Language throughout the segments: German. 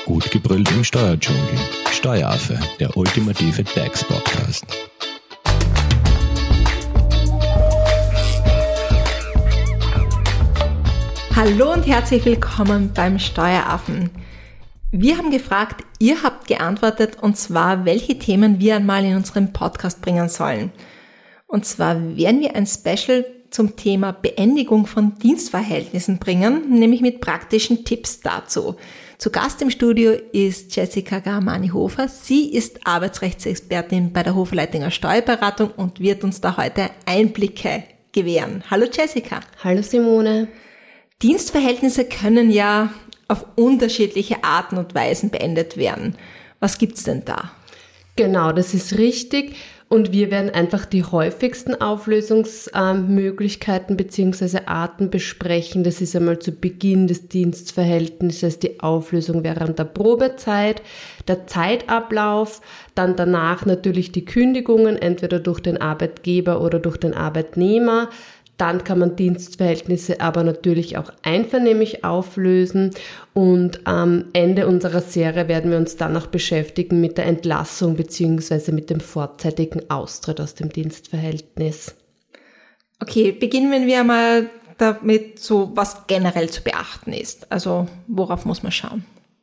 Gut gebrüllt im Steuerdschungel. Steueraffe, der ultimative Tax-Podcast. Hallo und herzlich willkommen beim Steueraffen. Wir haben gefragt, ihr habt geantwortet, und zwar, welche Themen wir einmal in unseren Podcast bringen sollen. Und zwar werden wir ein Special zum Thema Beendigung von Dienstverhältnissen bringen, nämlich mit praktischen Tipps dazu. Zu Gast im Studio ist Jessica Garmani-Hofer. Sie ist Arbeitsrechtsexpertin bei der Hofer-Leitinger Steuerberatung und wird uns da heute Einblicke gewähren. Hallo Jessica. Hallo Simone. Dienstverhältnisse können ja auf unterschiedliche Arten und Weisen beendet werden. Was gibt's denn da? Genau, das ist richtig. Und wir werden einfach die häufigsten Auflösungsmöglichkeiten bzw. Arten besprechen. Das ist einmal zu Beginn des Dienstverhältnisses die Auflösung während der Probezeit, der Zeitablauf, dann danach natürlich die Kündigungen, entweder durch den Arbeitgeber oder durch den Arbeitnehmer. Dann kann man Dienstverhältnisse aber natürlich auch einvernehmlich auflösen, und am Ende unserer Serie werden wir uns dann noch beschäftigen mit der Entlassung bzw. mit dem vorzeitigen Austritt aus dem Dienstverhältnis. Okay, beginnen wir mal damit, so was generell zu beachten ist. Also worauf muss man schauen?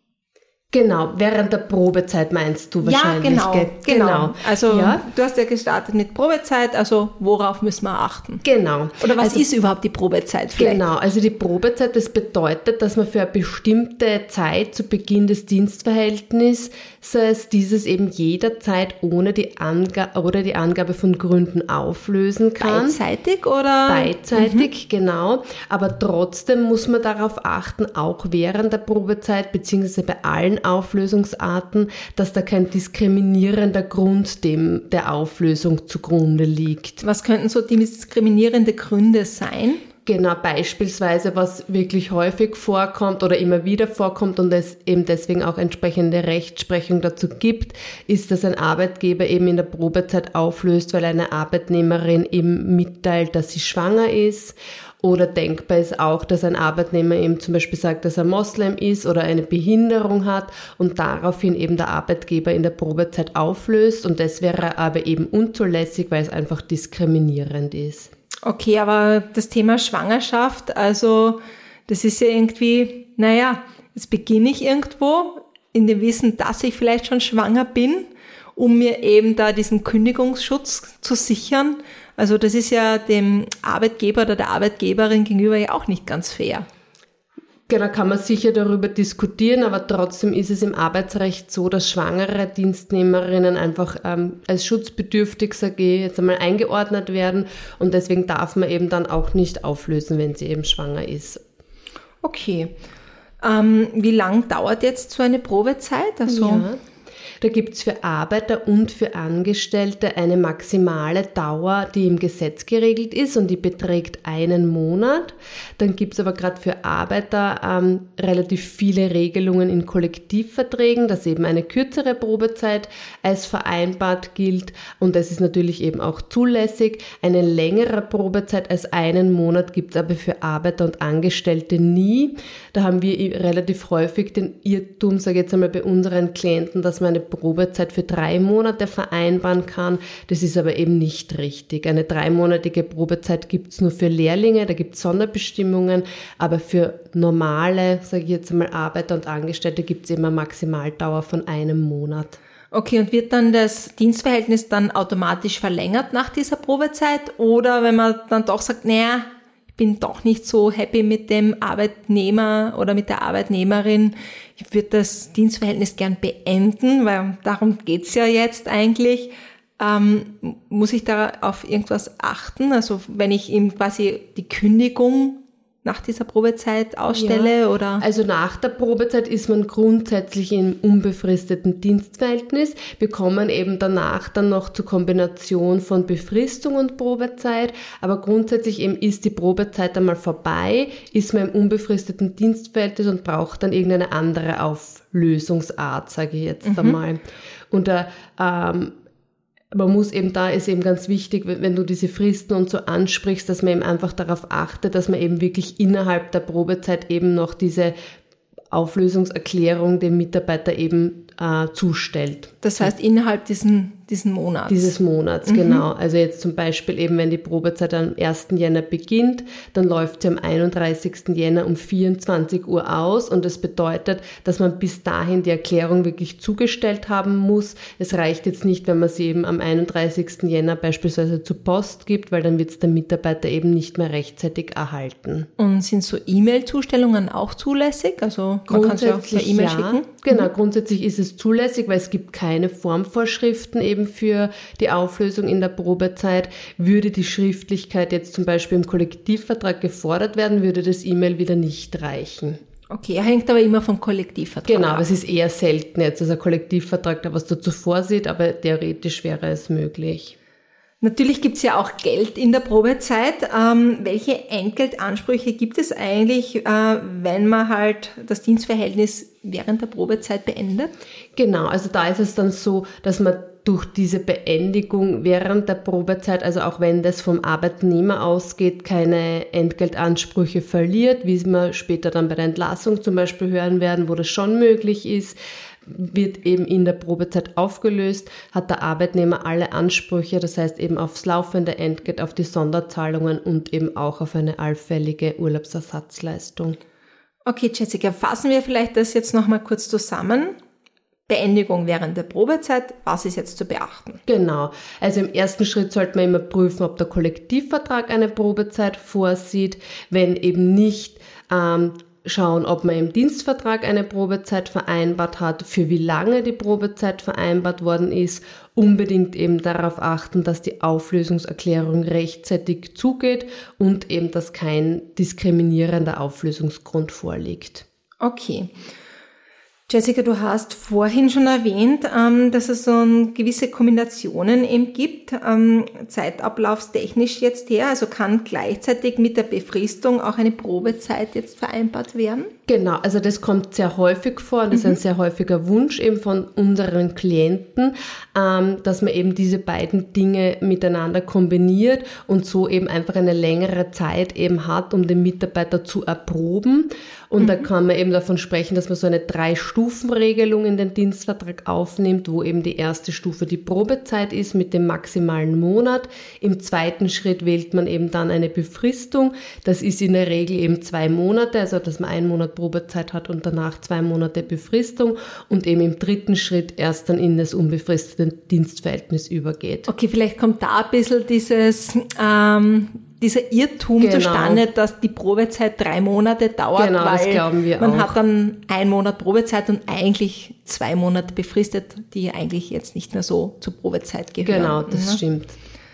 Genau, während der Probezeit meinst du wahrscheinlich. Ja, genau. Also ja. Du hast ja gestartet mit Probezeit, also worauf müssen wir achten? Genau. Oder was ist überhaupt die Probezeit vielleicht? Genau, also die Probezeit, das bedeutet, dass man für eine bestimmte Zeit zu Beginn des Dienstverhältnisses dieses eben jederzeit ohne die Angabe von Gründen auflösen kann. Beidseitig oder? Beidseitig, genau. Aber trotzdem muss man darauf achten, auch während der Probezeit beziehungsweise bei allen Auflösungsarten, dass da kein diskriminierender Grund dem der Auflösung zugrunde liegt. Was könnten so diskriminierende Gründe sein? Genau, beispielsweise, was wirklich häufig vorkommt oder immer wieder vorkommt und es eben deswegen auch entsprechende Rechtsprechung dazu gibt, ist, dass ein Arbeitgeber eben in der Probezeit auflöst, weil eine Arbeitnehmerin eben mitteilt, dass sie schwanger ist. Oder denkbar ist auch, dass ein Arbeitnehmer eben zum Beispiel sagt, dass er Moslem ist oder eine Behinderung hat und daraufhin eben der Arbeitgeber in der Probezeit auflöst, und das wäre aber eben unzulässig, weil es einfach diskriminierend ist. Okay, aber das Thema Schwangerschaft, also das ist ja irgendwie, jetzt beginne ich irgendwo in dem Wissen, dass ich vielleicht schon schwanger bin, um mir eben da diesen Kündigungsschutz zu sichern. Also das ist ja dem Arbeitgeber oder der Arbeitgeberin gegenüber ja auch nicht ganz fair. Genau, kann man sicher darüber diskutieren, aber trotzdem ist es im Arbeitsrecht so, dass schwangere Dienstnehmerinnen einfach als schutzbedürftig, sage ich jetzt einmal, eingeordnet werden, und deswegen darf man eben dann auch nicht auflösen, wenn sie eben schwanger ist. Okay. Wie lang dauert jetzt so eine Probezeit? Ja. Da gibt's für Arbeiter und für Angestellte eine maximale Dauer, die im Gesetz geregelt ist, und die beträgt 1 Monat. Dann gibt's aber gerade für Arbeiter relativ viele Regelungen in Kollektivverträgen, dass eben eine kürzere Probezeit als vereinbart gilt, und das ist natürlich eben auch zulässig. Eine längere Probezeit als 1 Monat gibt's aber für Arbeiter und Angestellte nie. Da haben wir relativ häufig den Irrtum, sage ich jetzt einmal, bei unseren Klienten, dass man eine Probezeit für 3 Monate vereinbaren kann. Das ist aber eben nicht richtig. Eine 3-monatige Probezeit gibt's nur für Lehrlinge, da gibt's Sonderbestimmungen, aber für normale, sage ich jetzt einmal, Arbeiter und Angestellte gibt's eben eine Maximaldauer von 1 Monat. Okay, und wird dann das Dienstverhältnis dann automatisch verlängert nach dieser Probezeit? Oder wenn man dann doch sagt, ich bin doch nicht so happy mit dem Arbeitnehmer oder mit der Arbeitnehmerin, ich würde das Dienstverhältnis gern beenden, weil darum geht's ja jetzt eigentlich. Muss ich da auf irgendwas achten? Also wenn ich ihm quasi die Kündigung nach dieser Probezeit ausstelle, ja, oder? Also nach der Probezeit ist man grundsätzlich im unbefristeten Dienstverhältnis. Wir kommen eben danach dann noch zur Kombination von Befristung und Probezeit, aber grundsätzlich eben ist die Probezeit einmal vorbei, ist man im unbefristeten Dienstverhältnis und braucht dann irgendeine andere Auflösungsart, sage ich jetzt einmal. Und man muss eben, da ist eben ganz wichtig, wenn du diese Fristen und so ansprichst, dass man eben einfach darauf achtet, dass man eben wirklich innerhalb der Probezeit eben noch diese Auflösungserklärung dem Mitarbeiter eben zustellt. Das heißt innerhalb diesen Monats? Dieses Monats, genau. Also jetzt zum Beispiel eben, wenn die Probezeit am 1. Jänner beginnt, dann läuft sie am 31. Jänner um 24 Uhr aus und das bedeutet, dass man bis dahin die Erklärung wirklich zugestellt haben muss. Es reicht jetzt nicht, wenn man sie eben am 31. Jänner beispielsweise zur Post gibt, weil dann wird es der Mitarbeiter eben nicht mehr rechtzeitig erhalten. Und sind so E-Mail-Zustellungen auch zulässig? Also man kann sie auch per E-Mail schicken? Genau, grundsätzlich ist es zulässig, weil es gibt keine Formvorschriften eben für die Auflösung in der Probezeit. Würde die Schriftlichkeit jetzt zum Beispiel im Kollektivvertrag gefordert werden, würde das E-Mail wieder nicht reichen. Okay, hängt aber immer vom Kollektivvertrag Genau, ab. aber es ist eher selten jetzt, dass ein Kollektivvertrag da was dazu vorsieht, aber theoretisch wäre es möglich. Natürlich gibt es ja auch Geld in der Probezeit. Welche Entgeltansprüche gibt es eigentlich, wenn man halt das Dienstverhältnis während der Probezeit beendet? Genau, also da ist es dann so, dass man durch diese Beendigung während der Probezeit, also auch wenn das vom Arbeitnehmer ausgeht, keine Entgeltansprüche verliert, wie wir später dann bei der Entlassung zum Beispiel hören werden, wo das schon möglich ist, wird eben in der Probezeit aufgelöst, hat der Arbeitnehmer alle Ansprüche, das heißt eben aufs laufende Entgelt, auf die Sonderzahlungen und eben auch auf eine allfällige Urlaubsersatzleistung. Okay, Jessica, fassen wir vielleicht das jetzt nochmal kurz zusammen. Beendigung während der Probezeit, was ist jetzt zu beachten? Genau, also im ersten Schritt sollte man immer prüfen, ob der Kollektivvertrag eine Probezeit vorsieht, wenn eben nicht, schauen, ob man im Dienstvertrag eine Probezeit vereinbart hat, für wie lange die Probezeit vereinbart worden ist, unbedingt eben darauf achten, dass die Auflösungserklärung rechtzeitig zugeht und eben, dass kein diskriminierender Auflösungsgrund vorliegt. Okay. Jessica, du hast vorhin schon erwähnt, dass es so gewisse Kombinationen eben gibt, zeitablaufstechnisch jetzt her, also kann gleichzeitig mit der Befristung auch eine Probezeit jetzt vereinbart werden? Genau, also das kommt sehr häufig vor und das ist ein sehr häufiger Wunsch eben von unseren Klienten, dass man eben diese beiden Dinge miteinander kombiniert und so eben einfach eine längere Zeit eben hat, um den Mitarbeiter zu erproben. Und da kann man eben davon sprechen, dass man so eine 3-Stufen-Regelung in den Dienstvertrag aufnimmt, wo eben die erste Stufe die Probezeit ist mit dem maximalen Monat. Im zweiten Schritt wählt man eben dann eine Befristung. Das ist in der Regel eben 2 Monate, also dass man 1 Monat Probezeit hat und danach 2 Monate Befristung und eben im dritten Schritt erst dann in das unbefristete Dienstverhältnis übergeht. Okay, vielleicht kommt da ein bisschen dieser Irrtum zustande, dass die Probezeit 3 Monate dauert, genau, weil das glauben wir man auch. hat dann 1 Monat Probezeit und eigentlich 2 Monate befristet, die eigentlich jetzt nicht mehr so zur Probezeit gehören. Genau, das stimmt.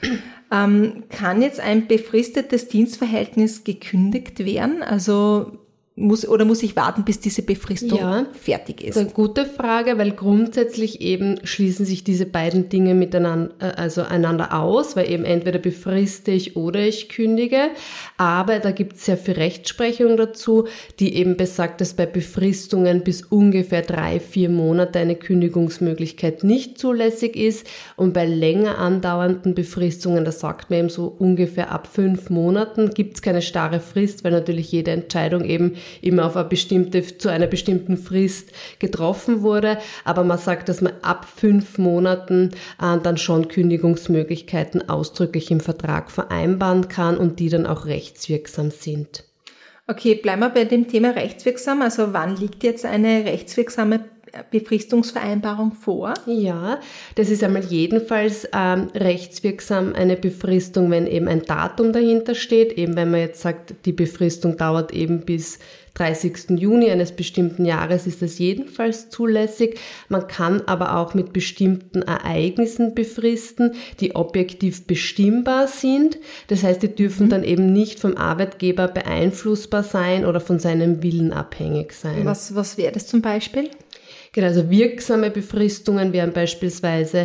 Kann jetzt ein befristetes Dienstverhältnis gekündigt werden? Also muss ich warten, bis diese Befristung fertig ist? Das ist eine gute Frage, weil grundsätzlich eben schließen sich diese beiden Dinge einander aus, weil eben entweder befriste ich oder ich kündige. Aber da gibt es sehr viel Rechtsprechung dazu, die eben besagt, dass bei Befristungen bis ungefähr 3-4 Monate eine Kündigungsmöglichkeit nicht zulässig ist. Und bei länger andauernden Befristungen, da sagt man eben so ungefähr ab 5 Monaten, gibt es keine starre Frist, weil natürlich jede Entscheidung eben immer zu einer bestimmten Frist getroffen wurde. Aber man sagt, dass man ab 5 Monaten dann schon Kündigungsmöglichkeiten ausdrücklich im Vertrag vereinbaren kann und die dann auch rechtswirksam sind. Okay, bleiben wir bei dem Thema rechtswirksam. Also wann liegt jetzt eine rechtswirksame Befristungsvereinbarung vor? Ja, das ist einmal jedenfalls rechtswirksam eine Befristung, wenn eben ein Datum dahinter steht. Eben wenn man jetzt sagt, die Befristung dauert eben bis 30. Juni eines bestimmten Jahres, ist das jedenfalls zulässig. Man kann aber auch mit bestimmten Ereignissen befristen, die objektiv bestimmbar sind. Das heißt, die dürfen dann eben nicht vom Arbeitgeber beeinflussbar sein oder von seinem Willen abhängig sein. Was wäre das zum Beispiel? Genau, also wirksame Befristungen wären beispielsweise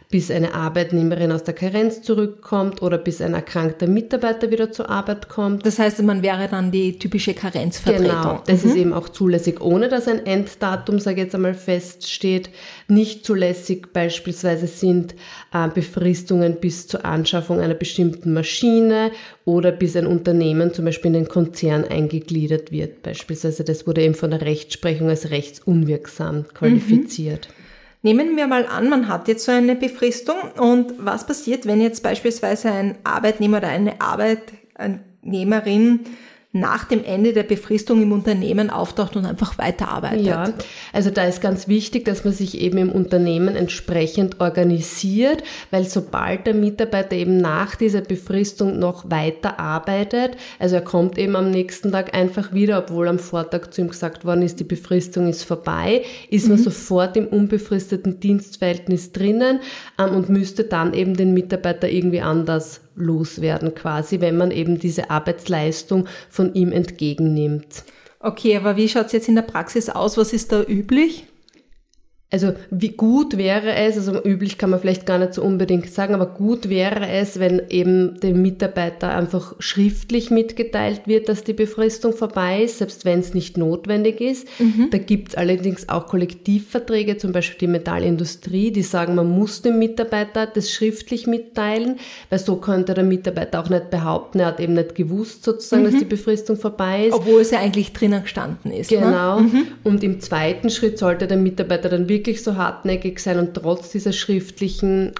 bis eine Arbeitnehmerin aus der Karenz zurückkommt oder bis ein erkrankter Mitarbeiter wieder zur Arbeit kommt. Das heißt, man wäre dann die typische Karenzvertretung. Genau, das ist eben auch zulässig, ohne dass ein Enddatum, sage ich jetzt einmal, feststeht. Nicht zulässig beispielsweise sind Befristungen bis zur Anschaffung einer bestimmten Maschine oder bis ein Unternehmen zum Beispiel in den Konzern eingegliedert wird. Beispielsweise, das wurde eben von der Rechtsprechung als rechtsunwirksam qualifiziert. Nehmen wir mal an, man hat jetzt so eine Befristung und was passiert, wenn jetzt beispielsweise ein Arbeitnehmer oder eine Arbeitnehmerin nach dem Ende der Befristung im Unternehmen auftaucht und einfach weiterarbeitet? Ja, also da ist ganz wichtig, dass man sich eben im Unternehmen entsprechend organisiert, weil sobald der Mitarbeiter eben nach dieser Befristung noch weiterarbeitet, also er kommt eben am nächsten Tag einfach wieder, obwohl am Vortag zu ihm gesagt worden ist, die Befristung ist vorbei, ist man sofort im unbefristeten Dienstverhältnis drinnen und müsste dann eben den Mitarbeiter irgendwie anders loswerden quasi, wenn man eben diese Arbeitsleistung von ihm entgegennimmt. Okay, aber wie schaut es jetzt in der Praxis aus? Was ist da üblich? Also wie gut wäre es, also üblich kann man vielleicht gar nicht so unbedingt sagen, aber gut wäre es, wenn eben dem Mitarbeiter einfach schriftlich mitgeteilt wird, dass die Befristung vorbei ist, selbst wenn es nicht notwendig ist. Da gibt es allerdings auch Kollektivverträge, zum Beispiel die Metallindustrie, die sagen, man muss dem Mitarbeiter das schriftlich mitteilen, weil so könnte der Mitarbeiter auch nicht behaupten, er hat eben nicht gewusst sozusagen, dass die Befristung vorbei ist. Obwohl es ja eigentlich drinnen gestanden ist. Genau. Ne? Und im zweiten Schritt sollte der Mitarbeiter dann wirklich so hartnäckig sein und trotz dieser schriftlichen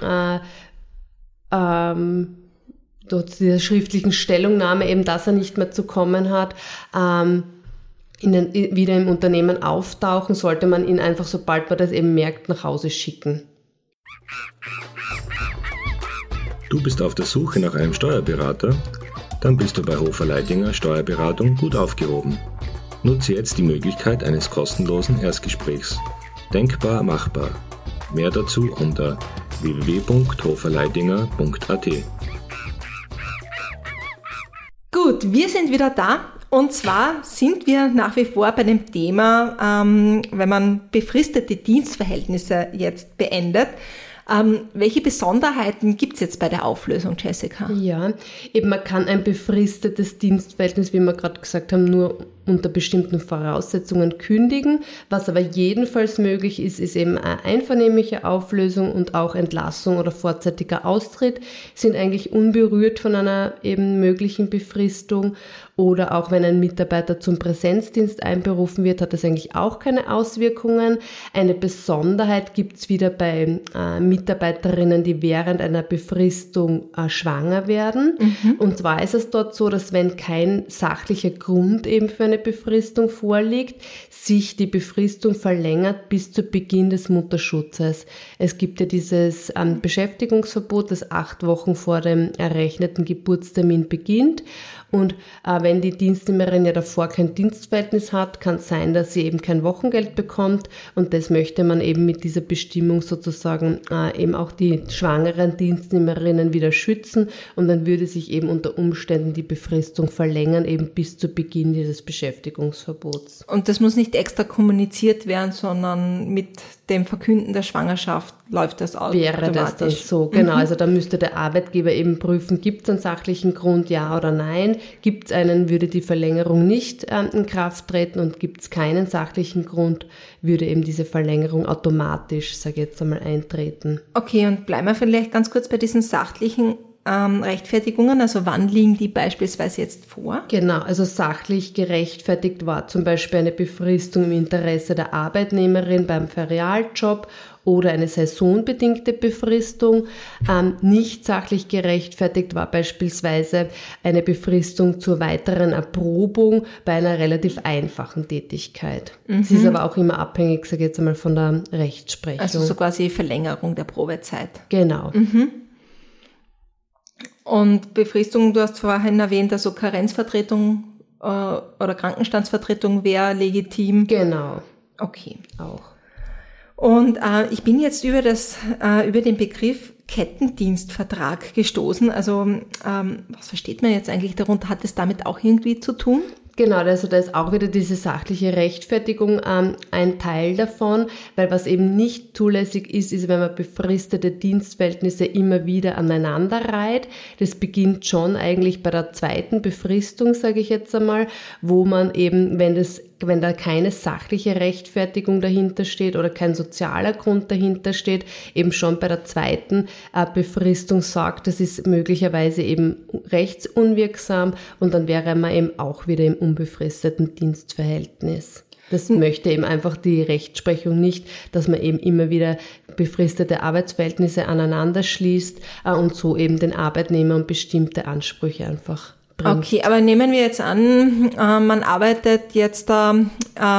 Stellungnahme eben, dass er nicht mehr zu kommen hat, wieder im Unternehmen auftauchen, sollte man ihn einfach, sobald man das eben merkt, nach Hause schicken. Du bist auf der Suche nach einem Steuerberater? Dann bist du bei Hofer-Leidinger Steuerberatung gut aufgehoben. Nutze jetzt die Möglichkeit eines kostenlosen Erstgesprächs. Denkbar machbar. Mehr dazu unter www.hoferleidinger.at. Gut, wir sind wieder da und zwar sind wir nach wie vor bei dem Thema, wenn man befristete Dienstverhältnisse jetzt beendet. Welche Besonderheiten gibt es jetzt bei der Auflösung, Jessica? Ja, eben man kann ein befristetes Dienstverhältnis, wie wir gerade gesagt haben, nur unter bestimmten Voraussetzungen kündigen. Was aber jedenfalls möglich ist, ist eben eine einvernehmliche Auflösung und auch Entlassung oder vorzeitiger Austritt sind eigentlich unberührt von einer eben möglichen Befristung. Oder auch wenn ein Mitarbeiter zum Präsenzdienst einberufen wird, hat das eigentlich auch keine Auswirkungen. Eine Besonderheit gibt es wieder bei Mitarbeiterinnen, die während einer Befristung schwanger werden. Und zwar ist es dort so, dass wenn kein sachlicher Grund eben für eine Befristung vorliegt, sich die Befristung verlängert bis zu Beginn des Mutterschutzes. Es gibt ja dieses Beschäftigungsverbot, das 8 Wochen vor dem errechneten Geburtstermin beginnt. Und wenn die Dienstnehmerin ja davor kein Dienstverhältnis hat, kann es sein, dass sie eben kein Wochengeld bekommt. Und das möchte man eben mit dieser Bestimmung sozusagen eben auch die schwangeren Dienstnehmerinnen wieder schützen. Und dann würde sich eben unter Umständen die Befristung verlängern, eben bis zu Beginn dieses Beschäftigungsverbots. Und das muss nicht extra kommuniziert werden, sondern mit dem Verkünden der Schwangerschaft läuft das automatisch. Wäre das dann so, genau. Also da müsste der Arbeitgeber eben prüfen, gibt es einen sachlichen Grund, ja oder nein. Gibt es einen, würde die Verlängerung nicht in Kraft treten und gibt es keinen sachlichen Grund, würde eben diese Verlängerung automatisch, sage ich jetzt einmal, eintreten. Okay, und bleiben wir vielleicht ganz kurz bei diesen sachlichen Rechtfertigungen, also wann liegen die beispielsweise jetzt vor? Genau, also sachlich gerechtfertigt war zum Beispiel eine Befristung im Interesse der Arbeitnehmerin beim Ferialjob oder eine saisonbedingte Befristung. Nicht sachlich gerechtfertigt war beispielsweise eine Befristung zur weiteren Erprobung bei einer relativ einfachen Tätigkeit. Es ist aber auch immer abhängig, sage ich jetzt einmal, von der Rechtsprechung. Also so quasi Verlängerung der Probezeit. Genau. Und Befristung, du hast vorhin erwähnt, also Karenzvertretung oder Krankenstandsvertretung wäre legitim. Genau. Okay. Auch. Und ich bin jetzt über den Begriff Kettendienstvertrag gestoßen. Also was versteht man jetzt eigentlich darunter? Hat es damit auch irgendwie zu tun? Genau, also da ist auch wieder diese sachliche Rechtfertigung ein Teil davon, weil was eben nicht zulässig ist, wenn man befristete Dienstverhältnisse immer wieder aneinander reiht. Das beginnt schon eigentlich bei der zweiten Befristung, sage ich jetzt einmal, wo man eben, wenn da keine sachliche Rechtfertigung dahinter steht oder kein sozialer Grund dahinter steht, eben schon bei der zweiten Befristung sagt, das ist möglicherweise eben rechtsunwirksam und dann wäre man eben auch wieder im unbefristeten Dienstverhältnis. Das möchte eben einfach die Rechtsprechung nicht, dass man eben immer wieder befristete Arbeitsverhältnisse aneinander schließt und so eben den Arbeitnehmer und bestimmte Ansprüche einfach bringt. Okay, aber nehmen wir jetzt an, man arbeitet jetzt in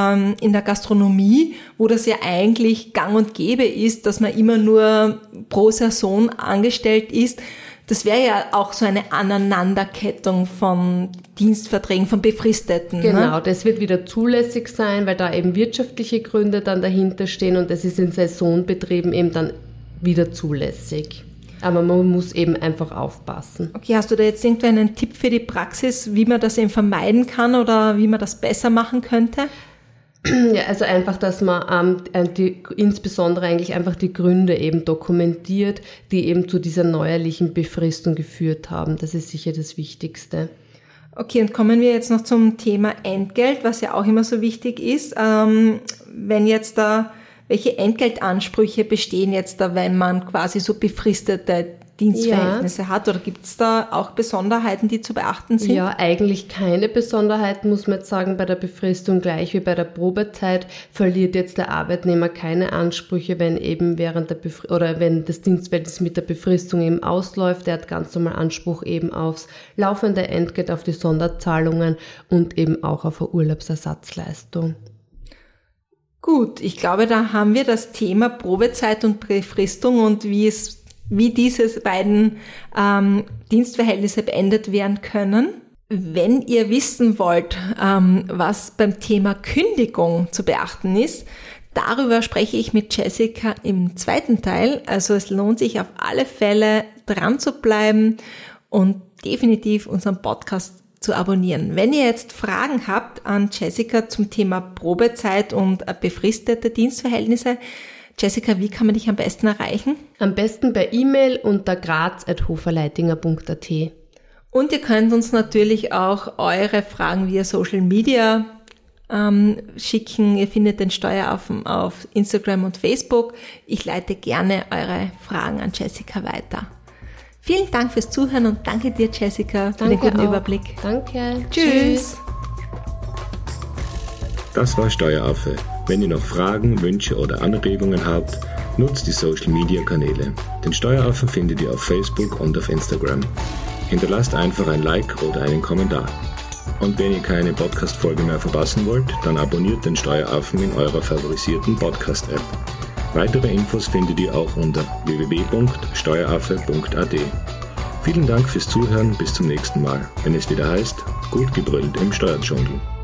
der Gastronomie, wo das ja eigentlich gang und gäbe ist, dass man immer nur pro Saison angestellt ist. Das wäre ja auch so eine Aneinanderkettung von Dienstverträgen, von Befristeten. Genau, ne? Das wird wieder zulässig sein, weil da eben wirtschaftliche Gründe dann dahinter stehen und das ist in Saisonbetrieben eben dann wieder zulässig. Aber man muss eben einfach aufpassen. Okay, hast du da jetzt irgendwie einen Tipp für die Praxis, wie man das eben vermeiden kann oder wie man das besser machen könnte? Ja, also einfach, dass man insbesondere eigentlich einfach die Gründe eben dokumentiert, die eben zu dieser neuerlichen Befristung geführt haben. Das ist sicher das Wichtigste. Okay, und kommen wir jetzt noch zum Thema Entgelt, was ja auch immer so wichtig ist. Wenn jetzt welche Entgeltansprüche bestehen jetzt da, wenn man quasi so befristete Dienstverhältnisse hat? Oder gibt es da auch Besonderheiten, die zu beachten sind? Ja, eigentlich keine Besonderheiten, muss man jetzt sagen. Bei der Befristung gleich wie bei der Probezeit verliert jetzt der Arbeitnehmer keine Ansprüche, wenn eben wenn das Dienstverhältnis mit der Befristung eben ausläuft. Er hat ganz normal Anspruch eben aufs laufende Entgelt, auf die Sonderzahlungen und eben auch auf eine Urlaubsersatzleistung. Gut, ich glaube, da haben wir das Thema Probezeit und Befristung und wie diese beiden Dienstverhältnisse beendet werden können. Wenn ihr wissen wollt, was beim Thema Kündigung zu beachten ist, darüber spreche ich mit Jessica im zweiten Teil. Also es lohnt sich auf alle Fälle dran zu bleiben und definitiv unseren Podcast zu abonnieren. Wenn ihr jetzt Fragen habt an Jessica zum Thema Probezeit und befristete Dienstverhältnisse, Jessica, wie kann man dich am besten erreichen? Am besten per E-Mail unter graz@hoferleitinger.at. Und ihr könnt uns natürlich auch eure Fragen via Social Media schicken. Ihr findet den Steueraffen auf Instagram und Facebook. Ich leite gerne eure Fragen an Jessica weiter. Vielen Dank fürs Zuhören und danke dir, Jessica, für den guten Überblick. Danke. Tschüss. Das war Steueraffe. Wenn ihr noch Fragen, Wünsche oder Anregungen habt, nutzt die Social Media Kanäle. Den Steueraffen findet ihr auf Facebook und auf Instagram. Hinterlasst einfach ein Like oder einen Kommentar. Und wenn ihr keine Podcast-Folge mehr verpassen wollt, dann abonniert den Steueraffen in eurer favorisierten Podcast-App. Weitere Infos findet ihr auch unter www.steueraffe.at. Vielen Dank fürs Zuhören, bis zum nächsten Mal, wenn es wieder heißt, gut gebrüllt im Steuerdschungel.